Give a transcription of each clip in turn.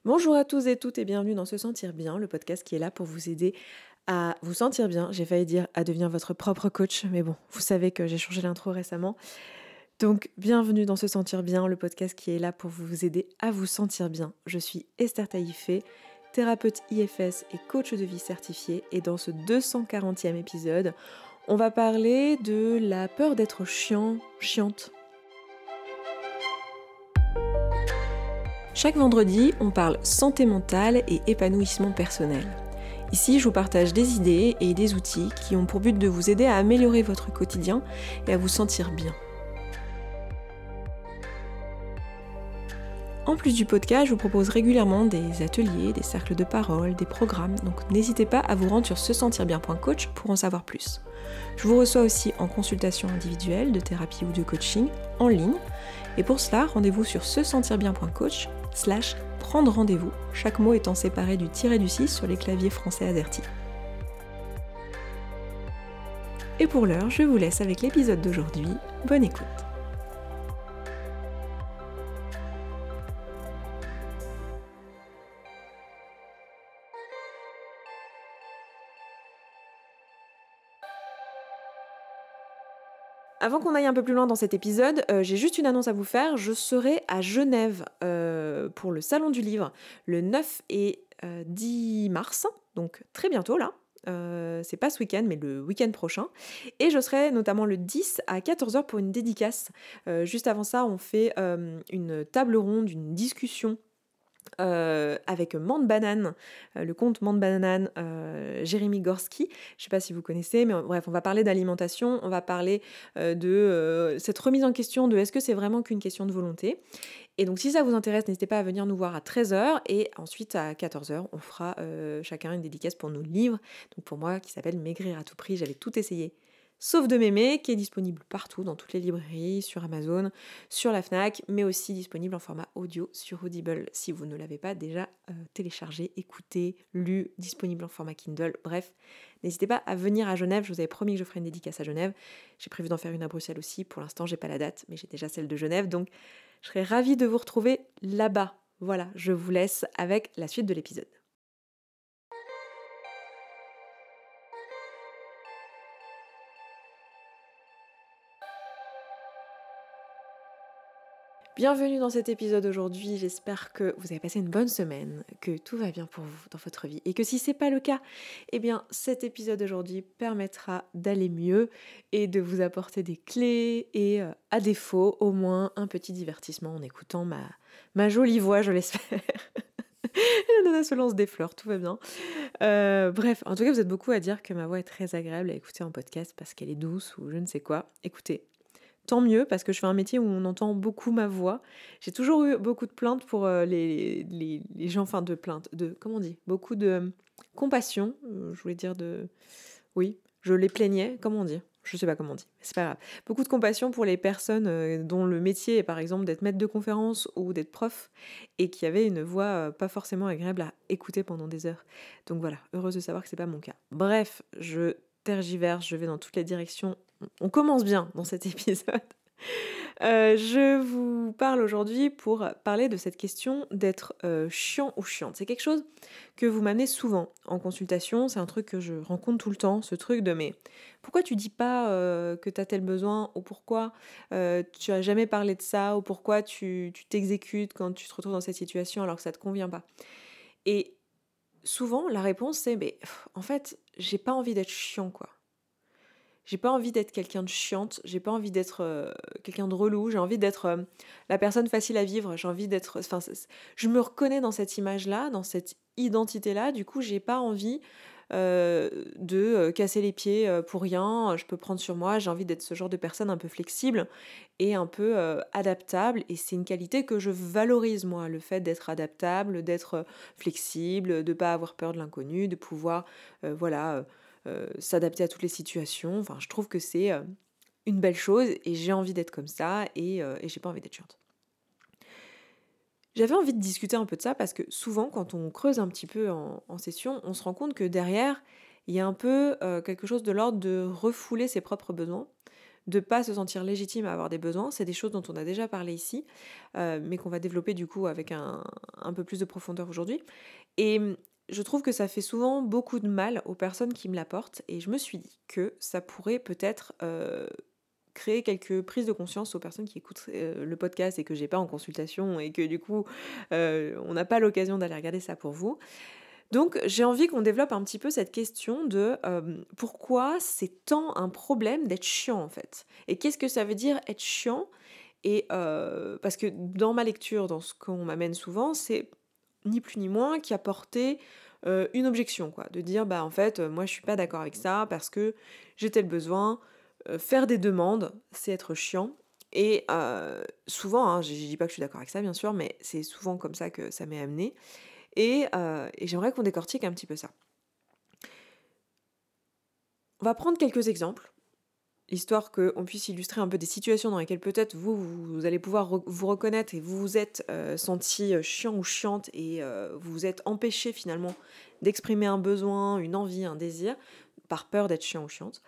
Bonjour à tous et toutes et bienvenue dans Se Sentir Bien, le podcast qui est là pour vous aider à vous sentir bien. J'ai failli dire à devenir votre propre coach, mais bon, vous savez que j'ai changé l'intro récemment. Donc, bienvenue dans Se Sentir Bien, le podcast qui est là pour vous aider à vous sentir bien. Je suis Esther Taïfé, thérapeute IFS et coach de vie certifié. Et dans ce 240e épisode, on va parler de la peur d'être chiante. Chaque vendredi, on parle santé mentale et épanouissement personnel. Ici, je vous partage des idées et des outils qui ont pour but de vous aider à améliorer votre quotidien et à vous sentir bien. En plus du podcast, je vous propose régulièrement des ateliers, des cercles de parole, des programmes, donc n'hésitez pas à vous rendre sur sesentirbien.coach pour en savoir plus. Je vous reçois aussi en consultation individuelle, de thérapie ou de coaching, en ligne, et pour cela, rendez-vous sur sesentirbien.coach/prendre rendez-vous, chaque mot étant séparé du tiret du 6 sur les claviers français AZERTY. Et pour l'heure, je vous laisse avec l'épisode d'aujourd'hui. Bonne écoute. Avant qu'on aille un peu plus loin dans cet épisode, j'ai juste une annonce à vous faire. Je serai à Genève pour le Salon du Livre le 9 et 10 mars, donc très bientôt là. C'est pas ce week-end, mais le week-end prochain. Et je serai notamment le 10 à 14h pour une dédicace. Juste avant ça, on fait une table ronde, une discussion avec Mande Banane, le compte Mande Banane, Jérémy Gorski. Je sais pas si vous connaissez, mais bref, on va parler d'alimentation, on va parler de cette remise en question de est-ce que c'est vraiment qu'une question de volonté. Et donc si ça vous intéresse, n'hésitez pas à venir nous voir à 13h et ensuite à 14h, on fera chacun une dédicace pour nos livres. Donc pour moi, qui s'appelle Maigrir à tout prix, j'avais tout essayé. Sauf de m'aimer, qui est disponible partout, dans toutes les librairies, sur Amazon, sur la Fnac, mais aussi disponible en format audio sur Audible, si vous ne l'avez pas déjà téléchargé, écouté, lu, disponible en format Kindle, bref. N'hésitez pas à venir à Genève, je vous avais promis que je ferais une dédicace à Genève. J'ai prévu d'en faire une à Bruxelles aussi, pour l'instant j'ai pas la date, mais j'ai déjà celle de Genève, donc je serais ravie de vous retrouver là-bas. Voilà, je vous laisse avec la suite de l'épisode. Bienvenue dans cet épisode aujourd'hui, j'espère que vous avez passé une bonne semaine, que tout va bien pour vous dans votre vie et que si c'est pas le cas, eh bien cet épisode aujourd'hui permettra d'aller mieux et de vous apporter des clés et à défaut au moins un petit divertissement en écoutant ma jolie voix, je l'espère. La nana se lance des fleurs, tout va bien. Bref, en tout cas vous êtes beaucoup à dire que ma voix est très agréable à écouter en podcast parce qu'elle est douce ou je ne sais quoi. Écoutez, tant mieux, parce que je fais un métier où on entend beaucoup ma voix. J'ai toujours eu beaucoup de plaintes pour les gens, enfin de plaintes, comment on dit, beaucoup de compassion, je voulais dire oui, je les plaignais, comment on dit, je sais pas comment on dit, mais c'est pas grave. Beaucoup de compassion pour les personnes dont le métier est par exemple d'être maître de conférence ou d'être prof, et qui avaient une voix pas forcément agréable à écouter pendant des heures. Donc voilà, heureuse de savoir que c'est pas mon cas. Bref, je tergiverse, je vais dans toutes les directions. On commence bien dans cet épisode. Je vous parle aujourd'hui pour parler de cette question d'être chiant ou chiante. C'est quelque chose que vous m'amenez souvent en consultation, c'est un truc que je rencontre tout le temps, ce truc de mais pourquoi tu dis pas que tu as tel besoin, ou pourquoi tu as jamais parlé de ça, ou pourquoi tu t'exécutes quand tu te retrouves dans cette situation alors que ça te convient pas. Et souvent la réponse c'est mais en fait j'ai pas envie d'être chiant quoi. J'ai pas envie d'être quelqu'un de chiante, j'ai pas envie d'être quelqu'un de relou, j'ai envie d'être la personne facile à vivre, j'ai envie d'être... Enfin, je me reconnais dans cette image-là, dans cette identité-là, du coup j'ai pas envie de casser les pieds pour rien, je peux prendre sur moi, j'ai envie d'être ce genre de personne un peu flexible et un peu adaptable, et c'est une qualité que je valorise moi, le fait d'être adaptable, d'être flexible, de pas avoir peur de l'inconnu, de pouvoir s'adapter à toutes les situations. Enfin, je trouve que c'est une belle chose et j'ai envie d'être comme ça et j'ai pas envie d'être chiante. J'avais envie de discuter un peu de ça parce que souvent, quand on creuse un petit peu en session, on se rend compte que derrière, il y a un peu quelque chose de l'ordre de refouler ses propres besoins, de pas se sentir légitime à avoir des besoins. C'est des choses dont on a déjà parlé ici, mais qu'on va développer du coup avec un peu plus de profondeur aujourd'hui. Et je trouve que ça fait souvent beaucoup de mal aux personnes qui me l'apportent et je me suis dit que ça pourrait peut-être créer quelques prises de conscience aux personnes qui écoutent le podcast et que j'ai pas en consultation et que du coup on n'a pas l'occasion d'aller regarder ça pour vous. Donc j'ai envie qu'on développe un petit peu cette question de pourquoi c'est tant un problème d'être chiant en fait. Et qu'est-ce que ça veut dire être chiant? Et parce que dans ma lecture, dans ce qu'on m'amène souvent, c'est ni plus ni moins qu'apporter une objection, quoi. De dire, bah en fait, moi je suis pas d'accord avec ça parce que j'ai tel besoin. Faire des demandes, c'est être chiant. Et souvent, hein, je dis pas que je suis d'accord avec ça, bien sûr, mais c'est souvent comme ça que ça m'est amené. Et j'aimerais qu'on décortique un petit peu ça. On va prendre quelques exemples, histoire qu'on puisse illustrer un peu des situations dans lesquelles peut-être vous allez pouvoir vous reconnaître et vous vous êtes senti chiant ou chiante et vous vous êtes empêché finalement d'exprimer un besoin, une envie, un désir, par peur d'être chiant ou chiante.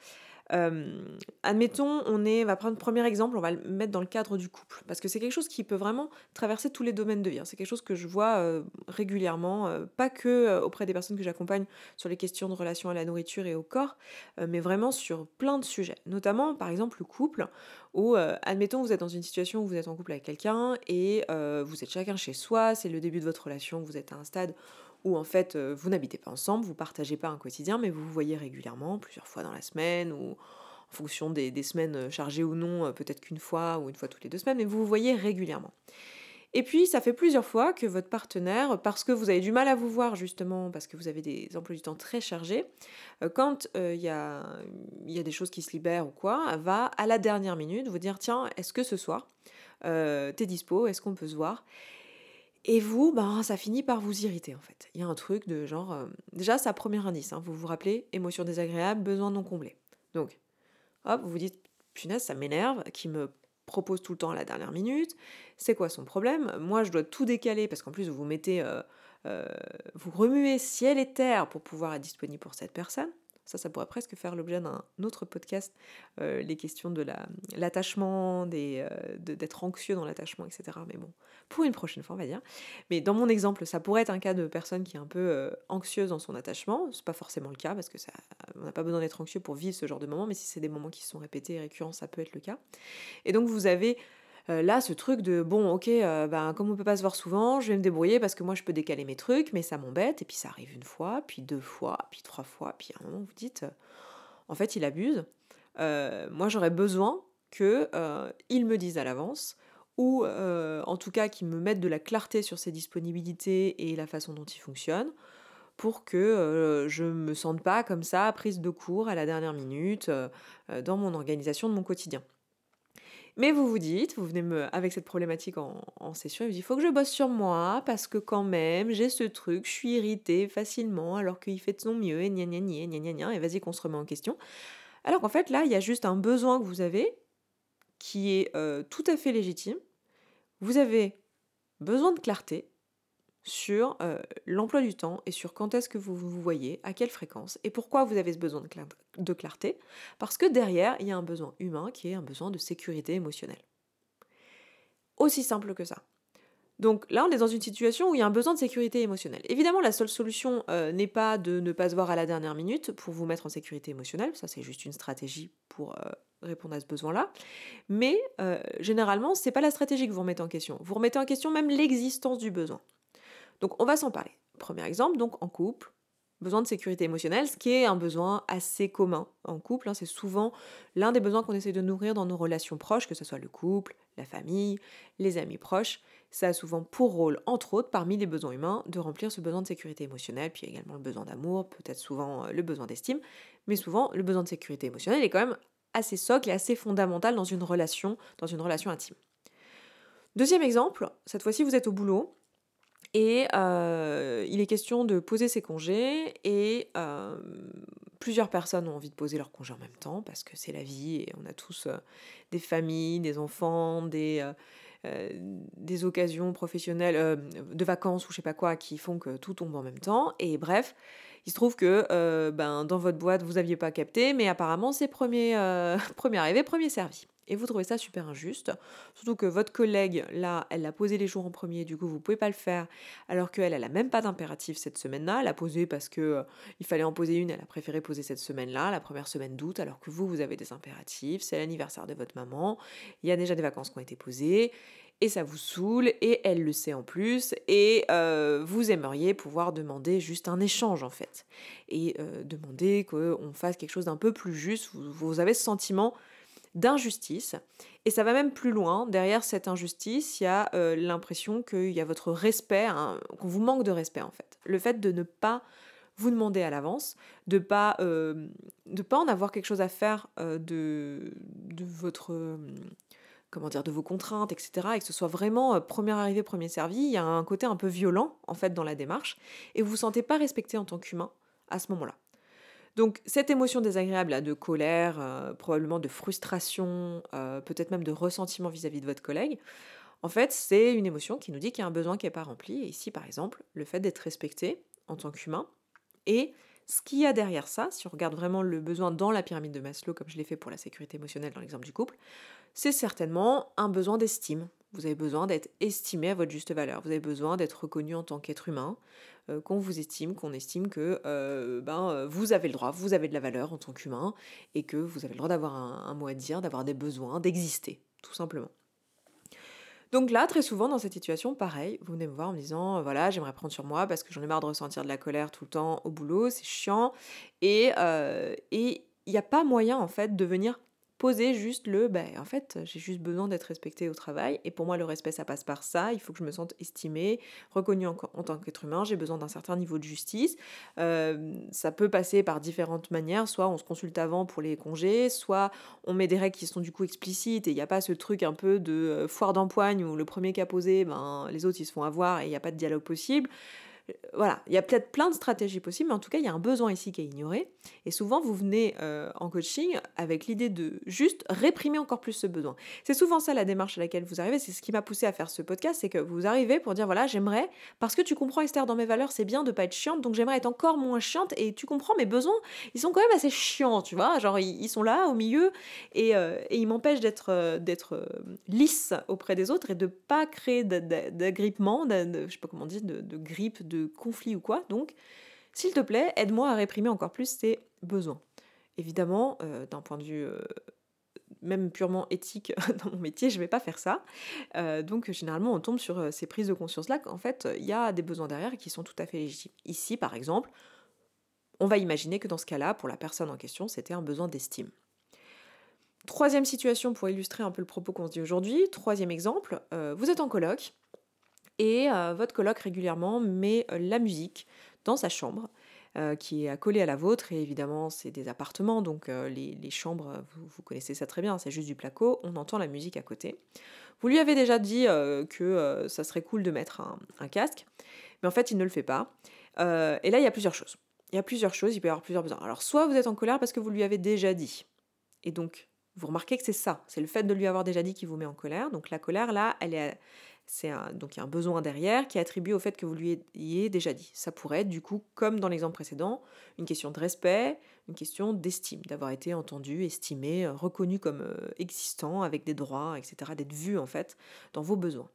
Admettons, on va prendre le premier exemple, on va le mettre dans le cadre du couple, parce que c'est quelque chose qui peut vraiment traverser tous les domaines de vie, hein. C'est quelque chose que je vois régulièrement, pas que auprès des personnes que j'accompagne sur les questions de relation à la nourriture et au corps, mais vraiment sur plein de sujets, notamment par exemple le couple, où admettons vous êtes dans une situation où vous êtes en couple avec quelqu'un et vous êtes chacun chez soi, c'est le début de votre relation, vous êtes à un stade où en fait vous n'habitez pas ensemble, vous partagez pas un quotidien, mais vous vous voyez régulièrement, plusieurs fois dans la semaine, ou en fonction des semaines chargées ou non, peut-être qu'une fois ou une fois toutes les 2 semaines, mais vous vous voyez régulièrement. Et puis ça fait plusieurs fois que votre partenaire, parce que vous avez du mal à vous voir justement, parce que vous avez des emplois du temps très chargés, quand il y a des choses qui se libèrent ou quoi, va à la dernière minute vous dire tiens, est-ce que ce soir, t'es dispo, est-ce qu'on peut se voir? Et vous, ben, ça finit par vous irriter en fait. Il y a un truc de genre... déjà, c'est un premier indice, hein, vous vous rappelez, émotion désagréable, besoin non comblé. Donc, hop, vous vous dites, punaise, ça m'énerve, qui me propose tout le temps à la dernière minute, c'est quoi son problème? Moi, je dois tout décaler, parce qu'en plus, vous vous mettez... euh, vous remuez ciel et terre pour pouvoir être disponible pour cette personne. Ça pourrait presque faire l'objet d'un autre podcast, les questions de l'attachement, d'être anxieux dans l'attachement, etc. Mais bon, pour une prochaine fois, on va dire. Mais dans mon exemple, ça pourrait être un cas de personne qui est un peu anxieuse dans son attachement. C'est pas forcément le cas, parce que on n'a pas besoin d'être anxieux pour vivre ce genre de moments, mais si c'est des moments qui sont répétés et récurrents, ça peut être le cas. Et donc vous avez là ce truc de bon ok, ben, comme on peut pas se voir souvent, je vais me débrouiller parce que moi je peux décaler mes trucs, mais ça m'embête, et puis ça arrive une fois, puis 2 fois, puis 3 fois, puis à un moment vous dites en fait il abuse. Moi j'aurais besoin que il me dise à l'avance, ou en tout cas qu'il me mette de la clarté sur ses disponibilités et la façon dont il fonctionne, pour que je me sente pas comme ça prise de court à la dernière minute dans mon organisation de mon quotidien. Mais vous vous dites, vous venez avec cette problématique en session, et vous dites, il faut que je bosse sur moi, parce que quand même, j'ai ce truc, je suis irritée facilement, alors qu'il fait de son mieux, et gna gna gna, gna gna gna, et vas-y qu'on se remet en question. Alors qu'en fait, là, il y a juste un besoin que vous avez, qui est tout à fait légitime. Vous avez besoin de clarté sur l'emploi du temps et sur quand est-ce que vous vous voyez, à quelle fréquence, et pourquoi vous avez ce besoin de clarté. Parce que derrière, il y a un besoin humain qui est un besoin de sécurité émotionnelle. Aussi simple que ça. Donc là, on est dans une situation où il y a un besoin de sécurité émotionnelle. Évidemment, la seule solution n'est pas de ne pas se voir à la dernière minute pour vous mettre en sécurité émotionnelle. Ça, c'est juste une stratégie pour répondre à ce besoin-là. Mais généralement, c'est pas la stratégie que vous remettez en question. Vous remettez en question même l'existence du besoin. Donc, on va s'en parler. Premier exemple, donc en couple, besoin de sécurité émotionnelle, ce qui est un besoin assez commun en couple, hein. C'est souvent l'un des besoins qu'on essaie de nourrir dans nos relations proches, que ce soit le couple, la famille, les amis proches. Ça a souvent pour rôle, entre autres, parmi les besoins humains, de remplir ce besoin de sécurité émotionnelle, puis également le besoin d'amour, peut-être souvent le besoin d'estime, mais souvent le besoin de sécurité émotionnelle est quand même assez socle et assez fondamental dans une relation intime. Deuxième exemple, cette fois-ci vous êtes au boulot, et il est question de poser ses congés, et plusieurs personnes ont envie de poser leurs congés en même temps, parce que c'est la vie, et on a tous des familles, des enfants, des occasions professionnelles, de vacances ou je sais pas quoi, qui font que tout tombe en même temps. Et bref, il se trouve que dans votre boîte, vous aviez pas capté, mais apparemment, c'est premier, premier arrivé, premier servi. Et vous trouvez ça super injuste, surtout que votre collègue, là, elle l'a posé les jours en premier, du coup, vous pouvez pas le faire, alors qu'elle, elle a même pas d'impératif cette semaine-là. Elle a posé parce que il fallait en poser une, elle a préféré poser cette semaine-là, la première semaine d'août, alors que vous avez des impératifs, c'est l'anniversaire de votre maman, il y a déjà des vacances qui ont été posées, et ça vous saoule, et elle le sait en plus, et vous aimeriez pouvoir demander juste un échange en fait, et demander qu'on fasse quelque chose d'un peu plus juste. Vous avez ce sentiment d'injustice, et ça va même plus loin. Derrière cette injustice, il y a l'impression qu'il y a votre respect, hein, qu'on vous manque de respect en fait. Le fait de ne pas vous demander à l'avance, de pas en avoir quelque chose à faire de votre comment dire, de vos contraintes, etc., et que ce soit vraiment premier arrivé, premier servi. Il y a un côté un peu violent en fait dans la démarche, et vous vous sentez pas respecté en tant qu'humain à ce moment-là. Donc cette émotion désagréable là, de colère, probablement de frustration, peut-être même de ressentiment vis-à-vis de votre collègue, en fait c'est une émotion qui nous dit qu'il y a un besoin qui n'est pas rempli. Et ici par exemple, le fait d'être respecté en tant qu'humain, et ce qu'il y a derrière ça, si on regarde vraiment le besoin dans la pyramide de Maslow, comme je l'ai fait pour la sécurité émotionnelle dans l'exemple du couple, c'est certainement un besoin d'estime. Vous avez besoin d'être estimé à votre juste valeur. Vous avez besoin d'être reconnu en tant qu'être humain, qu'on vous estime, qu'on estime que vous avez le droit, vous avez de la valeur en tant qu'humain, et que vous avez le droit d'avoir un mot à dire, d'avoir des besoins, d'exister, tout simplement. Donc là, très souvent, dans cette situation, pareil, vous venez me voir en me disant, voilà, j'aimerais prendre sur moi parce que j'en ai marre de ressentir de la colère tout le temps au boulot, c'est chiant. Et il n'y a pas moyen, en fait, de venir poser juste en fait, j'ai juste besoin d'être respectée au travail. Et pour moi, le respect, ça passe par ça. Il faut que je me sente estimée, reconnue en tant qu'être humain. J'ai besoin d'un certain niveau de justice. Ça peut passer par différentes manières. Soit on se consulte avant pour les congés, soit on met des règles qui sont du coup explicites, et il n'y a pas ce truc un peu de foire d'empoigne où le premier qui a posé, les autres ils se font avoir et il n'y a pas de dialogue possible. Voilà, il y a peut-être plein de stratégies possibles, mais en tout cas, il y a un besoin ici qui est ignoré. Et souvent, vous venez en coaching avec l'idée de juste réprimer encore plus ce besoin. C'est souvent ça la démarche à laquelle vous arrivez. C'est ce qui m'a poussé à faire ce podcast, c'est que vous arrivez pour dire, voilà, j'aimerais, parce que tu comprends Esther, dans mes valeurs, c'est bien de pas être chiante, donc j'aimerais être encore moins chiante, et tu comprends mes besoins, ils sont quand même assez chiants, tu vois, genre ils sont là au milieu, et ils m'empêchent d'être lisse auprès des autres et de pas créer d'agrippement, je sais pas comment on dit, de grippe, de conflit ou quoi. Donc, s'il te plaît, aide-moi à réprimer encore plus tes besoins. Évidemment, d'un point de vue même purement éthique dans mon métier, je vais pas faire ça. Donc, généralement, on tombe sur ces prises de conscience-là qu'en fait, il y a des besoins derrière qui sont tout à fait légitimes. Ici, par exemple, on va imaginer que dans ce cas-là, pour la personne en question, c'était un besoin d'estime. Troisième situation pour illustrer un peu le propos qu'on se dit aujourd'hui. Troisième exemple, vous êtes en coloc, et votre coloc régulièrement met la musique dans sa chambre, qui est accolée à la vôtre. Et évidemment, c'est des appartements, donc les chambres, vous connaissez ça très bien, c'est juste du placo, on entend la musique à côté. Vous lui avez déjà dit que ça serait cool de mettre un casque, mais en fait, il ne le fait pas. Et là, il y a plusieurs choses. Il peut y avoir plusieurs besoins. Alors, soit vous êtes en colère parce que vous lui avez déjà dit, et donc vous remarquez que c'est ça, c'est le fait de lui avoir déjà dit qui vous met en colère. Donc la colère, là, donc il y a un besoin derrière qui est attribué au fait que vous lui ayez déjà dit. Ça pourrait être, du coup, comme dans l'exemple précédent, une question de respect, une question d'estime, d'avoir été entendu, estimé, reconnu comme existant, avec des droits, etc., d'être vu, en fait, dans vos besoins.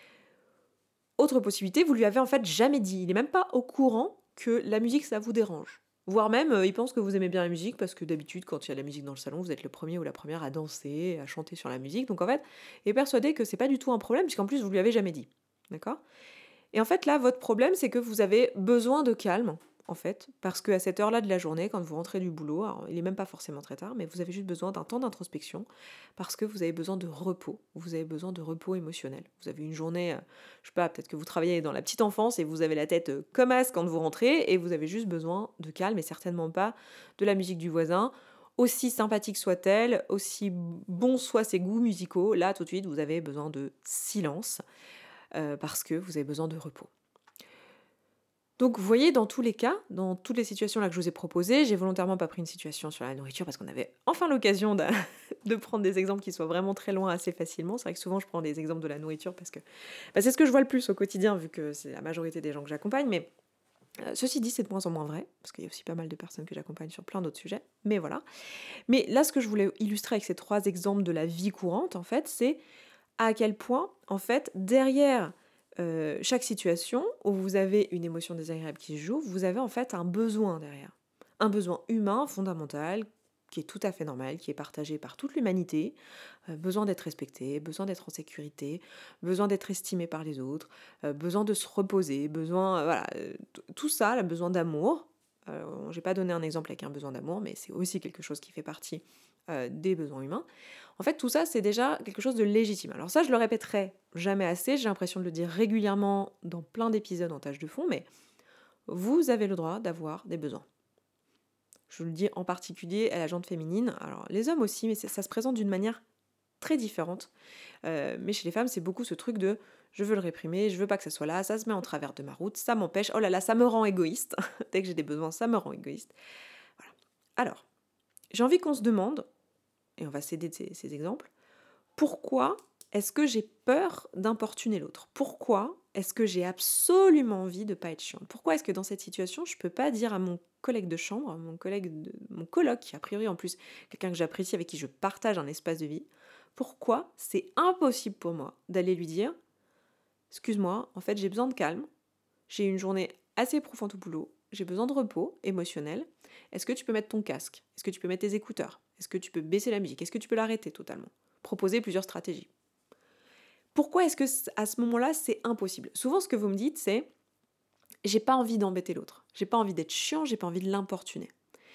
Autre possibilité, vous lui avez en fait jamais dit. Il n'est même pas au courant que la musique, ça vous dérange. Voire même, il pense que vous aimez bien la musique, parce que d'habitude, quand il y a la musique dans le salon, vous êtes le premier ou la première à danser, à chanter sur la musique. Donc en fait, il est persuadé que c'est pas du tout un problème, puisqu'en plus, vous lui avez jamais dit. D'accord ? Et en fait, là, votre problème, c'est que vous avez besoin de calme, en fait, parce qu'à cette heure-là de la journée, quand vous rentrez du boulot, alors, il n'est même pas forcément très tard, mais vous avez juste besoin d'un temps d'introspection, parce que vous avez besoin de repos, vous avez besoin de repos émotionnel. Vous avez une journée, je sais pas, peut-être que vous travaillez dans la petite enfance et vous avez la tête comme as quand vous rentrez, et vous avez juste besoin de calme, et certainement pas de la musique du voisin, aussi sympathique soit-elle, aussi bons soient ses goûts musicaux. Là, tout de suite, vous avez besoin de silence, parce que vous avez besoin de repos. Donc vous voyez, dans tous les cas, dans toutes les situations là que je vous ai proposées, j'ai volontairement pas pris une situation sur la nourriture parce qu'on avait enfin l'occasion de prendre des exemples qui soient vraiment très loin assez facilement. C'est vrai que souvent je prends des exemples de la nourriture parce que c'est ce que je vois le plus au quotidien vu que c'est la majorité des gens que j'accompagne. Mais ceci dit, c'est de moins en moins vrai parce qu'il y a aussi pas mal de personnes que j'accompagne sur plein d'autres sujets. Mais voilà. Mais là, ce que je voulais illustrer avec ces 3 exemples de la vie courante, en fait, c'est à quel point, en fait, derrière chaque situation où vous avez une émotion désagréable qui se joue, vous avez en fait un besoin derrière. Un besoin humain fondamental qui est tout à fait normal, qui est partagé par toute l'humanité. Besoin d'être respecté, besoin d'être en sécurité, besoin d'être estimé par les autres, besoin de se reposer, besoin, voilà, tout ça, le besoin d'amour. J'ai pas donné un exemple avec un besoin d'amour, mais c'est aussi quelque chose qui fait partie des besoins humains. En fait, tout ça, c'est déjà quelque chose de légitime. Alors ça, je le répéterai jamais assez, j'ai l'impression de le dire régulièrement dans plein d'épisodes en tâche de fond, mais vous avez le droit d'avoir des besoins. Je le dis en particulier à la jante féminine, alors les hommes aussi, mais ça se présente d'une manière très différente. Mais chez les femmes, c'est beaucoup ce truc de je veux le réprimer, je veux pas que ça soit là, ça se met en travers de ma route, ça m'empêche, oh là là, ça me rend égoïste. Dès que j'ai des besoins, ça me rend égoïste. Voilà. Alors, j'ai envie qu'on se demande, et on va s'aider de ces exemples, pourquoi est-ce que j'ai peur d'importuner l'autre? Pourquoi est-ce que j'ai absolument envie de ne pas être chiante? Pourquoi est-ce que dans cette situation, je ne peux pas dire à mon collègue de chambre, à mon coloc, qui a priori en plus quelqu'un que j'apprécie, avec qui je partage un espace de vie, pourquoi c'est impossible pour moi d'aller lui dire excuse-moi, en fait j'ai besoin de calme, j'ai eu une journée assez éprouvante au boulot, j'ai besoin de repos émotionnel, est-ce que tu peux mettre ton casque? Est-ce que tu peux mettre tes écouteurs? Est-ce que tu peux baisser la musique? Est-ce que tu peux l'arrêter totalement? Proposer plusieurs stratégies. Pourquoi est-ce que à ce moment-là, c'est impossible? Souvent, ce que vous me dites, c'est j'ai pas envie d'embêter l'autre. J'ai pas envie d'être chiant, j'ai pas envie de l'importuner.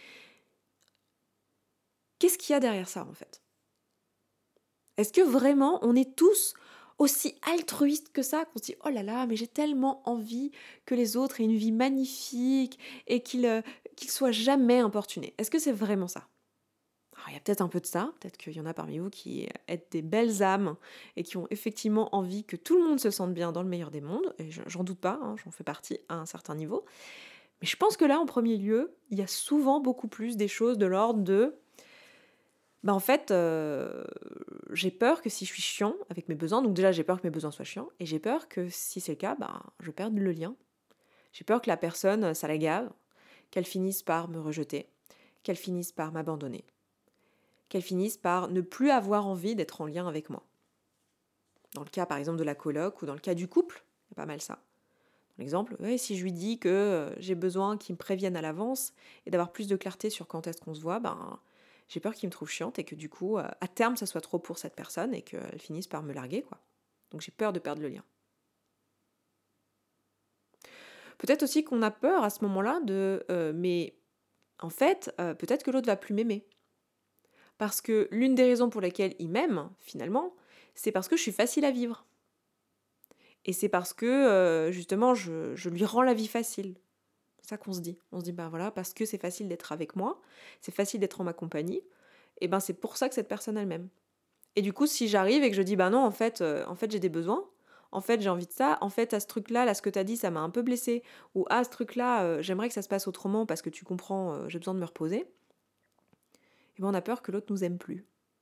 Qu'est-ce qu'il y a derrière ça, en fait? Est-ce que vraiment, on est tous aussi altruistes que ça, qu'on se dit oh là là, mais j'ai tellement envie que les autres aient une vie magnifique et qu'ils soient jamais importunés? Est-ce que c'est vraiment ça? Alors, il y a peut-être un peu de ça, peut-être qu'il y en a parmi vous qui êtes des belles âmes et qui ont effectivement envie que tout le monde se sente bien dans le meilleur des mondes, et j'en doute pas, hein, j'en fais partie à un certain niveau. Mais je pense que là, en premier lieu, il y a souvent beaucoup plus des choses de l'ordre de en fait, j'ai peur que si je suis chiant avec mes besoins, donc déjà j'ai peur que mes besoins soient chiants, et j'ai peur que si c'est le cas, je perde le lien. J'ai peur que la personne, ça la gave, qu'elle finisse par me rejeter, qu'elle finisse par m'abandonner, qu'elle finisse par ne plus avoir envie d'être en lien avec moi. Dans le cas par exemple de la coloc ou dans le cas du couple, il y a pas mal ça. Dans l'exemple, ouais, si je lui dis que j'ai besoin qu'il me prévienne à l'avance et d'avoir plus de clarté sur quand est-ce qu'on se voit, j'ai peur qu'il me trouve chiante et que du coup, à terme, ça soit trop pour cette personne et qu'elle finisse par me larguer, quoi. Donc j'ai peur de perdre le lien. Peut-être aussi qu'on a peur à ce moment-là de mais en fait, peut-être que l'autre va plus m'aimer. Parce que l'une des raisons pour lesquelles il m'aime, finalement, c'est parce que je suis facile à vivre. Et c'est parce que, justement, je lui rends la vie facile. C'est ça qu'on se dit. On se dit, voilà, parce que c'est facile d'être avec moi, c'est facile d'être en ma compagnie, et c'est pour ça que cette personne elle m'aime. Et du coup, si j'arrive et que je dis, non, en fait j'ai des besoins, en fait j'ai envie de ça, en fait à ce truc-là, là ce que t'as dit, ça m'a un peu blessé, ou à ce truc-là, j'aimerais que ça se passe autrement parce que tu comprends, j'ai besoin de me reposer, et on a peur que l'autre nous aime plus.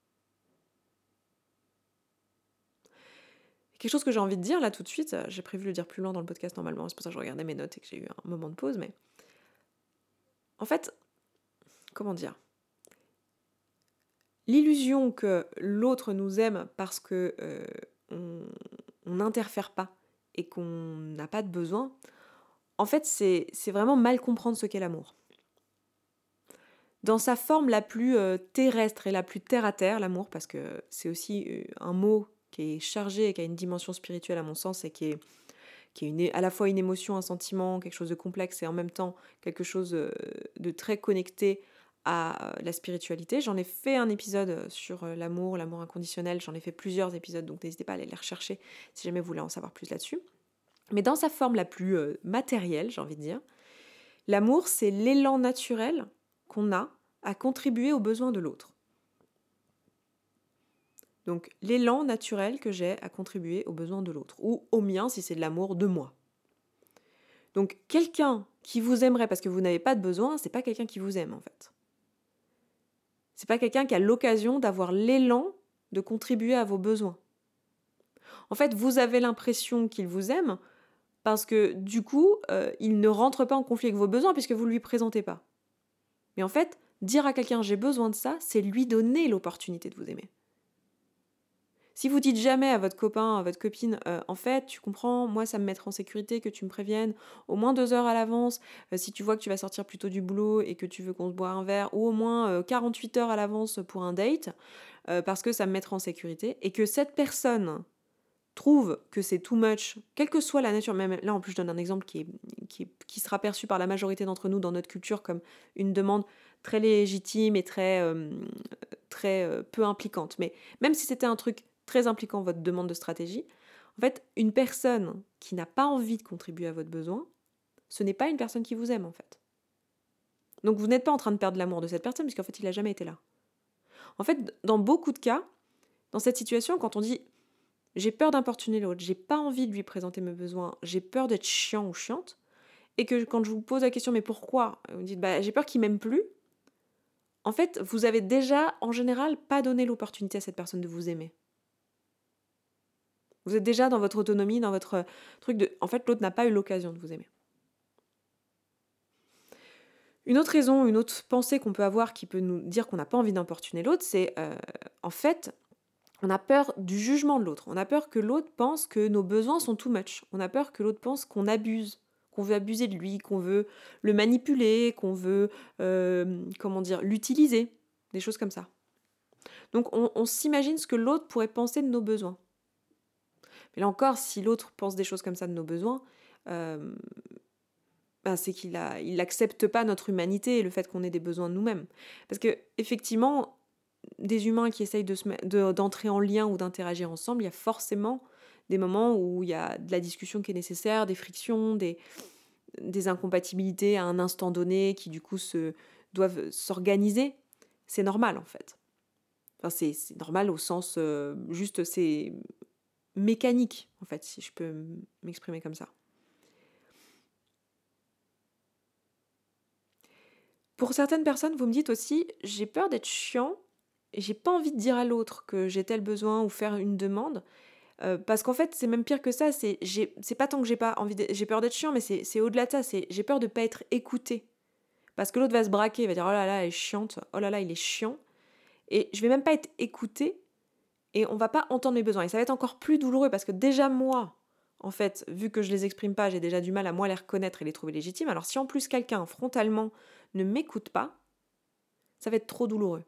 Quelque chose que j'ai envie de dire là tout de suite, j'ai prévu de le dire plus loin dans le podcast normalement, c'est pour ça que je regardais mes notes et que j'ai eu un moment de pause, mais en fait, comment dire, l'illusion que l'autre nous aime parce que on n'interfère pas et qu'on n'a pas de besoin, en fait c'est vraiment mal comprendre ce qu'est l'amour. Dans sa forme la plus terrestre et la plus terre-à-terre, l'amour, parce que c'est aussi un mot qui est chargé et qui a une dimension spirituelle à mon sens et qui est à la fois une émotion, un sentiment, quelque chose de complexe et en même temps quelque chose de très connecté à la spiritualité. J'en ai fait un épisode sur l'amour inconditionnel, j'en ai fait plusieurs épisodes, donc n'hésitez pas à aller les rechercher si jamais vous voulez en savoir plus là-dessus. Mais dans sa forme la plus matérielle, j'ai envie de dire, l'amour, c'est l'élan naturel qu'on a à contribuer aux besoins de l'autre. Donc l'élan naturel que j'ai à contribuer aux besoins de l'autre, ou au mien si c'est de l'amour de moi. Donc quelqu'un qui vous aimerait parce que vous n'avez pas de besoin, c'est pas quelqu'un qui vous aime en fait. C'est pas quelqu'un qui a l'occasion d'avoir l'élan de contribuer à vos besoins. En fait, vous avez l'impression qu'il vous aime parce que du coup, il ne rentre pas en conflit avec vos besoins puisque vous ne lui présentez pas. Mais en fait, dire à quelqu'un j'ai besoin de ça, c'est lui donner l'opportunité de vous aimer. Si vous dites jamais à votre copain, à votre copine, en fait, tu comprends, moi ça me mettrait en sécurité que tu me préviennes au moins 2 heures à l'avance, si tu vois que tu vas sortir plus tôt du boulot et que tu veux qu'on se boive un verre, ou au moins 48 heures à l'avance pour un date, parce que ça me mettrait en sécurité, et que cette personne trouve que c'est too much, quelle que soit la nature, même là en plus je donne un exemple qui sera perçu par la majorité d'entre nous dans notre culture comme une demande très légitime et très peu impliquante. Mais même si c'était un truc très impliquant, votre demande de stratégie, en fait, une personne qui n'a pas envie de contribuer à votre besoin, ce n'est pas une personne qui vous aime en fait. Donc vous n'êtes pas en train de perdre l'amour de cette personne puisqu'en fait il n'a jamais été là. En fait, dans beaucoup de cas, dans cette situation, quand on dit j'ai peur d'importuner l'autre, j'ai pas envie de lui présenter mes besoins, j'ai peur d'être chiant ou chiante, et que quand je vous pose la question mais pourquoi, vous me dites j'ai peur qu'il m'aime plus, en fait vous avez déjà en général pas donné l'opportunité à cette personne de vous aimer. Vous êtes déjà dans votre autonomie, dans votre truc de... En fait l'autre n'a pas eu l'occasion de vous aimer. Une autre raison, une autre pensée qu'on peut avoir qui peut nous dire qu'on n'a pas envie d'importuner l'autre, c'est en fait on a peur du jugement de l'autre. On a peur que l'autre pense que nos besoins sont too much. On a peur que l'autre pense qu'on abuse, qu'on veut abuser de lui, qu'on veut le manipuler, qu'on veut, l'utiliser. Des choses comme ça. Donc on s'imagine ce que l'autre pourrait penser de nos besoins. Mais là encore, si l'autre pense des choses comme ça de nos besoins, c'est qu'il n'accepte pas notre humanité et le fait qu'on ait des besoins de nous-mêmes. Parce que effectivement, des humains qui essayent d'entrer en lien ou d'interagir ensemble, il y a forcément des moments où il y a de la discussion qui est nécessaire, des frictions, des incompatibilités à un instant donné qui du coup doivent s'organiser. C'est normal en fait. Enfin, c'est normal au sens juste c'est mécanique en fait, si je peux m'exprimer comme ça. Pour certaines personnes, vous me dites aussi, j'ai peur d'être chiant et j'ai pas envie de dire à l'autre que j'ai tel besoin ou faire une demande. Parce qu'en fait, c'est même pire que ça, c'est pas tant que j'ai peur d'être chiant, mais c'est au-delà de ça, j'ai peur de pas être écoutée. Parce que l'autre va se braquer, il va dire oh là là, elle est chiante, oh là là, il est chiant. Et je vais même pas être écoutée et on va pas entendre mes besoins. Et ça va être encore plus douloureux parce que déjà moi, en fait, vu que je les exprime pas, j'ai déjà du mal à moi les reconnaître et les trouver légitimes. Alors si en plus quelqu'un frontalement ne m'écoute pas, ça va être trop douloureux.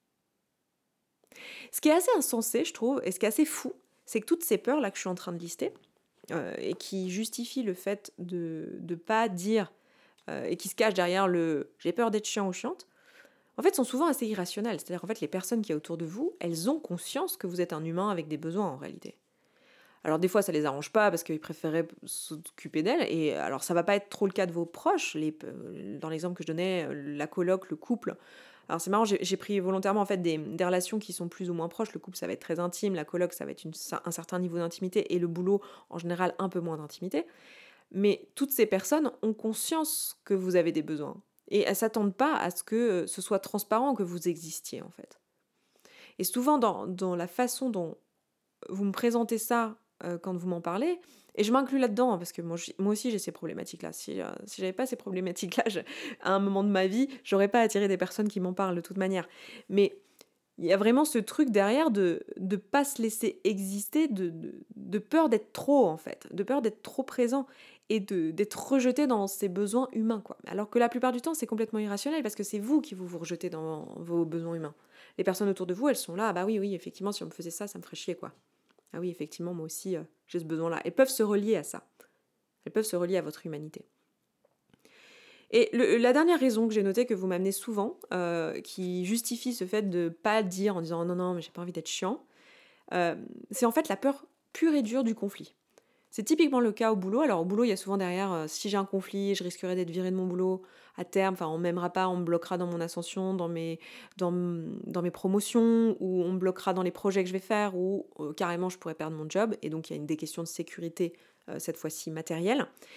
Ce qui est assez insensé, je trouve, et ce qui est assez fou, c'est que toutes ces peurs-là que je suis en train de lister, et qui justifient le fait de ne pas dire, et qui se cachent derrière le « j'ai peur d'être chiant ou chiante », en fait, sont souvent assez irrationnelles. C'est-à-dire qu'en fait, les personnes qui y a autour de vous, elles ont conscience que vous êtes un humain avec des besoins en réalité. Alors des fois, ça les arrange pas parce qu'ils préféraient s'occuper d'elles. Et alors, ça va pas être trop le cas de vos proches. Dans l'exemple que je donnais, la coloc, le couple. Alors c'est marrant, j'ai pris volontairement en fait des relations qui sont plus ou moins proches. Le couple, ça va être très intime. La coloc, ça va être un certain niveau d'intimité. Et le boulot, en général, un peu moins d'intimité. Mais toutes ces personnes ont conscience que vous avez des besoins. Et elles s'attendent pas à ce que ce soit transparent que vous existiez en fait. Et souvent dans la façon dont vous me présentez ça quand vous m'en parlez, et je m'inclus là-dedans, hein, parce que moi aussi j'ai ces problématiques-là. Si j'avais pas ces problématiques-là, à un moment de ma vie, j'aurais pas attiré des personnes qui m'en parlent de toute manière. Mais il y a vraiment ce truc derrière de pas se laisser exister, de peur d'être trop en fait, de peur d'être trop présent et d'être rejeté dans ses besoins humains, quoi. Alors que la plupart du temps, c'est complètement irrationnel parce que c'est vous qui vous rejetez dans vos besoins humains. Les personnes autour de vous, elles sont là, ah bah oui, effectivement, si on me faisait ça, ça me ferait chier, quoi. Ah oui, effectivement, moi aussi, j'ai ce besoin-là. Elles peuvent se relier à ça. Elles peuvent se relier à votre humanité. Et la dernière raison que j'ai notée, que vous m'amenez souvent, qui justifie ce fait de ne pas dire en disant non, mais j'ai pas envie d'être chiant, c'est en fait la peur pure et dure du conflit. C'est typiquement le cas au boulot. Alors au boulot, il y a souvent derrière, si j'ai un conflit, je risquerais d'être virée de mon boulot à terme, enfin on m'aimera pas, on me bloquera dans mon ascension, dans mes promotions, ou on me bloquera dans les projets que je vais faire, ou carrément je pourrais perdre mon job. Et donc il y a des questions de sécurité, cette fois-ci matérielle.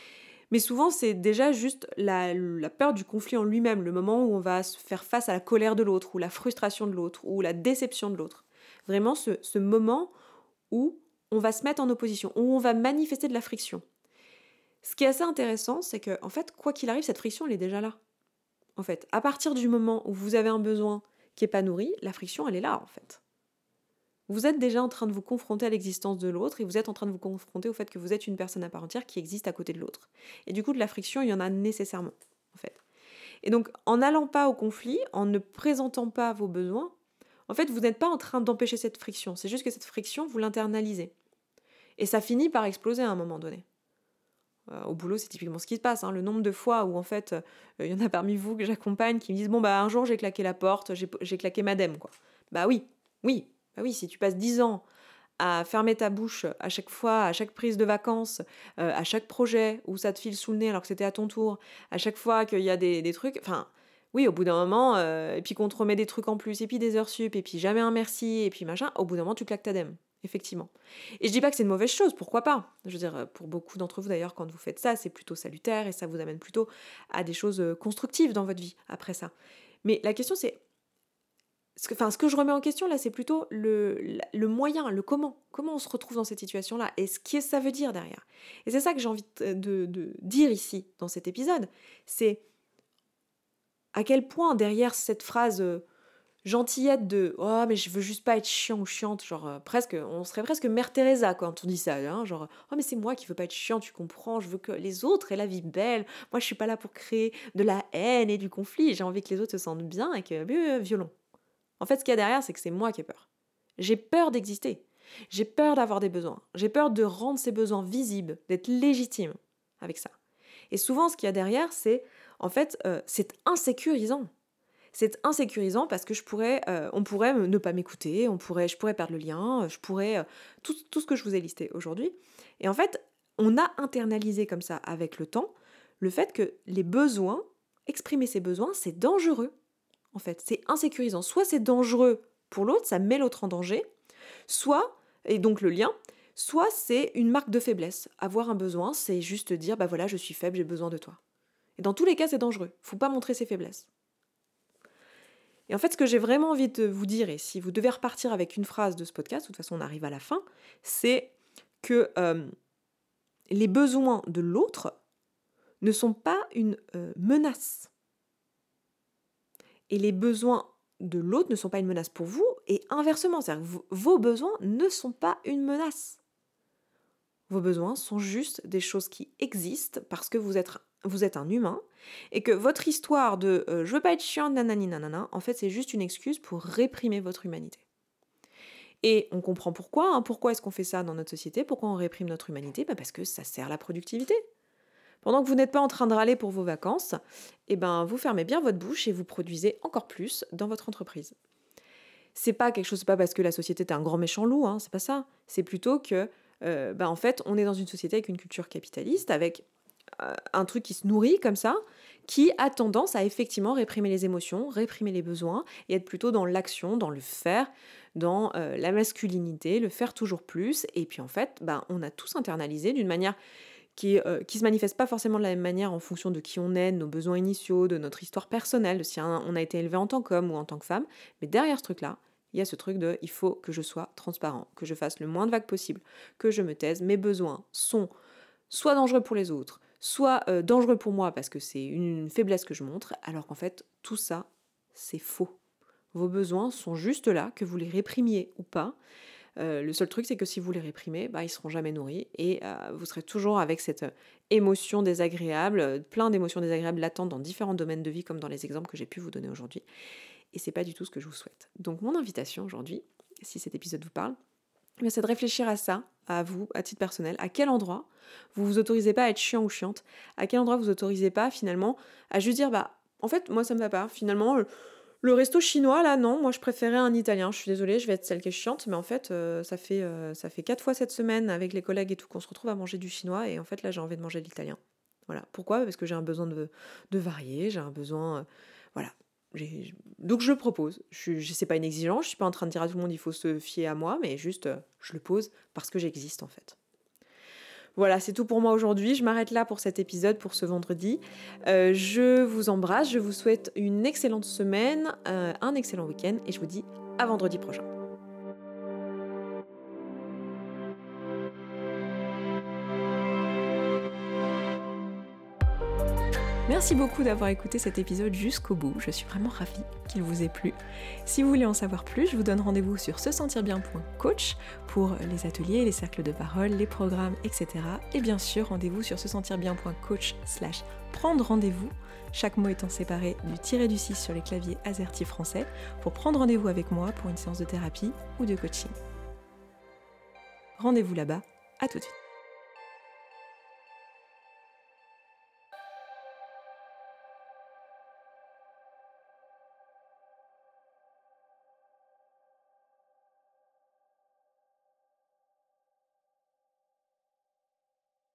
Mais souvent, c'est déjà juste la peur du conflit en lui-même, le moment où on va se faire face à la colère de l'autre, ou la frustration de l'autre, ou la déception de l'autre. Vraiment ce moment où on va se mettre en opposition, où on va manifester de la friction. Ce qui est assez intéressant, c'est que, en fait, quoi qu'il arrive, cette friction, elle est déjà là. En fait, à partir du moment où vous avez un besoin qui n'est pas nourri, la friction, elle est là, en fait. Vous êtes déjà en train de vous confronter à l'existence de l'autre et vous êtes en train de vous confronter au fait que vous êtes une personne à part entière qui existe à côté de l'autre. Et du coup, de la friction, il y en a nécessairement, en fait. Et donc, en n'allant pas au conflit, en ne présentant pas vos besoins, en fait, vous n'êtes pas en train d'empêcher cette friction. C'est juste que cette friction, vous l'internalisez. Et ça finit par exploser à un moment donné. Au boulot, c'est typiquement ce qui se passe. Le nombre de fois où, en fait, il y en a parmi vous que j'accompagne qui me disent « Bon, bah, un jour, j'ai claqué la porte, j'ai claqué madame, quoi. » Bah oui, bah oui, si tu passes 10 ans à fermer ta bouche à chaque fois, à chaque prise de vacances, à chaque projet où ça te file sous le nez alors que c'était à ton tour, à chaque fois qu'il y a des trucs, enfin, oui, au bout d'un moment, et puis qu'on te remet des trucs en plus, et puis des heures sup, et puis jamais un merci, et puis machin, au bout d'un moment, tu claques ta dème, effectivement. Et je dis pas que c'est une mauvaise chose, pourquoi pas? Je veux dire, pour beaucoup d'entre vous d'ailleurs, quand vous faites ça, c'est plutôt salutaire, et ça vous amène plutôt à des choses constructives dans votre vie après ça. Mais la question c'est, ce que je remets en question là, c'est plutôt le moyen, le comment. Comment on se retrouve dans cette situation-là et ce que ça veut dire derrière. Et c'est ça que j'ai envie de dire ici, dans cet épisode. C'est à quel point derrière cette phrase gentillette de «Oh, mais je veux juste pas être chiant ou chiante», genre presque, on serait presque Mère Teresa quand on dit ça, hein, genre «Oh, mais c'est moi qui veux pas être chiant, tu comprends, je veux que les autres aient la vie belle, moi je suis pas là pour créer de la haine et du conflit, j'ai envie que les autres se sentent bien et que violon». En fait, ce qu'il y a derrière, c'est que c'est moi qui ai peur. J'ai peur d'exister. J'ai peur d'avoir des besoins. J'ai peur de rendre ces besoins visibles, d'être légitime avec ça. Et souvent, ce qu'il y a derrière, c'est, en fait, c'est insécurisant. C'est insécurisant parce que on pourrait ne pas m'écouter, je pourrais perdre le lien, je pourrais tout ce que je vous ai listé aujourd'hui. Et en fait, on a internalisé comme ça avec le temps le fait que les besoins, exprimer ses besoins, c'est dangereux. En fait, c'est insécurisant. Soit c'est dangereux pour l'autre, ça met l'autre en danger, soit, et donc le lien, soit c'est une marque de faiblesse. Avoir un besoin, c'est juste dire, bah voilà, je suis faible, j'ai besoin de toi. Et dans tous les cas, c'est dangereux. Faut pas montrer ses faiblesses. Et en fait, ce que j'ai vraiment envie de vous dire, et si vous devez repartir avec une phrase de ce podcast, de toute façon on arrive à la fin, c'est que les besoins de l'autre ne sont pas une menace. Et les besoins de l'autre ne sont pas une menace pour vous, et inversement, c'est-à-dire que vos besoins ne sont pas une menace. Vos besoins sont juste des choses qui existent parce que vous êtes un humain, et que votre histoire de je veux pas être chiant, nanani nanana, en fait c'est juste une excuse pour réprimer votre humanité. Et on comprend pourquoi, hein. Pourquoi est-ce qu'on fait ça dans notre société? Pourquoi on réprime notre humanité? Parce que ça sert la productivité. Pendant que vous n'êtes pas en train de râler pour vos vacances, eh ben, vous fermez bien votre bouche et vous produisez encore plus dans votre entreprise. C'est pas parce que la société est un grand méchant loup, hein, c'est pas ça. C'est plutôt que, en fait, on est dans une société avec une culture capitaliste, avec un truc qui se nourrit comme ça, qui a tendance à effectivement réprimer les émotions, réprimer les besoins, et être plutôt dans l'action, dans le faire, dans la masculinité, le faire toujours plus. Et puis en fait, on a tous internalisé d'une manière qui se manifeste pas forcément de la même manière en fonction de qui on est, de nos besoins initiaux, de notre histoire personnelle, de si on a été élevé en tant qu'homme ou en tant que femme. Mais derrière ce truc-là, il y a ce truc de il faut que je sois transparent, que je fasse le moins de vagues possible, que je me taise. Mes besoins sont soit dangereux pour les autres, soit dangereux pour moi parce que c'est une faiblesse que je montre, alors qu'en fait, tout ça, c'est faux. Vos besoins sont juste là, que vous les réprimiez ou pas. Le seul truc, c'est que si vous les réprimez, ils seront jamais nourris et vous serez toujours avec cette émotion désagréable, plein d'émotions désagréables latentes dans différents domaines de vie, comme dans les exemples que j'ai pu vous donner aujourd'hui. Et c'est pas du tout ce que je vous souhaite. Donc mon invitation aujourd'hui, si cet épisode vous parle, c'est de réfléchir à ça, à vous, à titre personnel, à quel endroit vous vous autorisez pas à être chiant ou chiante, à quel endroit vous autorisez pas finalement à juste dire en fait moi ça me va pas, finalement le resto chinois là non, moi je préférais un italien, je suis désolée, je vais être celle qui est chiante, mais en fait ça fait 4 fois cette semaine avec les collègues et tout qu'on se retrouve à manger du chinois et en fait là j'ai envie de manger de l'italien. Voilà, pourquoi? Parce que j'ai un besoin de varier, j'ai un besoin voilà. Donc je le propose. C'est pas une exigence, je suis pas en train de dire à tout le monde il faut se fier à moi, mais juste je le pose parce que j'existe en fait. Voilà, c'est tout pour moi aujourd'hui. Je m'arrête là pour cet épisode, pour ce vendredi. Je vous embrasse, je vous souhaite une excellente semaine, un excellent week-end et je vous dis à vendredi prochain. Merci beaucoup d'avoir écouté cet épisode jusqu'au bout, je suis vraiment ravie qu'il vous ait plu. Si vous voulez en savoir plus, je vous donne rendez-vous sur sesentirbien.coach pour les ateliers, les cercles de parole, les programmes, etc. Et bien sûr, rendez-vous sur sesentirbien.coach/prendre rendez-vous, chaque mot étant séparé du tiré du 6 sur les claviers AZERTY français, pour prendre rendez-vous avec moi pour une séance de thérapie ou de coaching. Rendez-vous là-bas, à tout de suite.